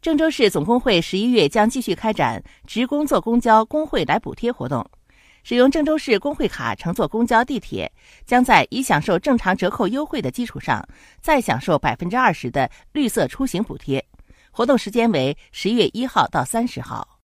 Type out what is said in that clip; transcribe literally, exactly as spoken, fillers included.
郑州市总工会十一月将继续开展职工坐公交工会来补贴活动，使用郑州市工会卡乘坐公交、地铁，将在已享受正常折扣优惠的基础上，再享受百分之二十的绿色出行补贴。活动时间为十月一号到三十号。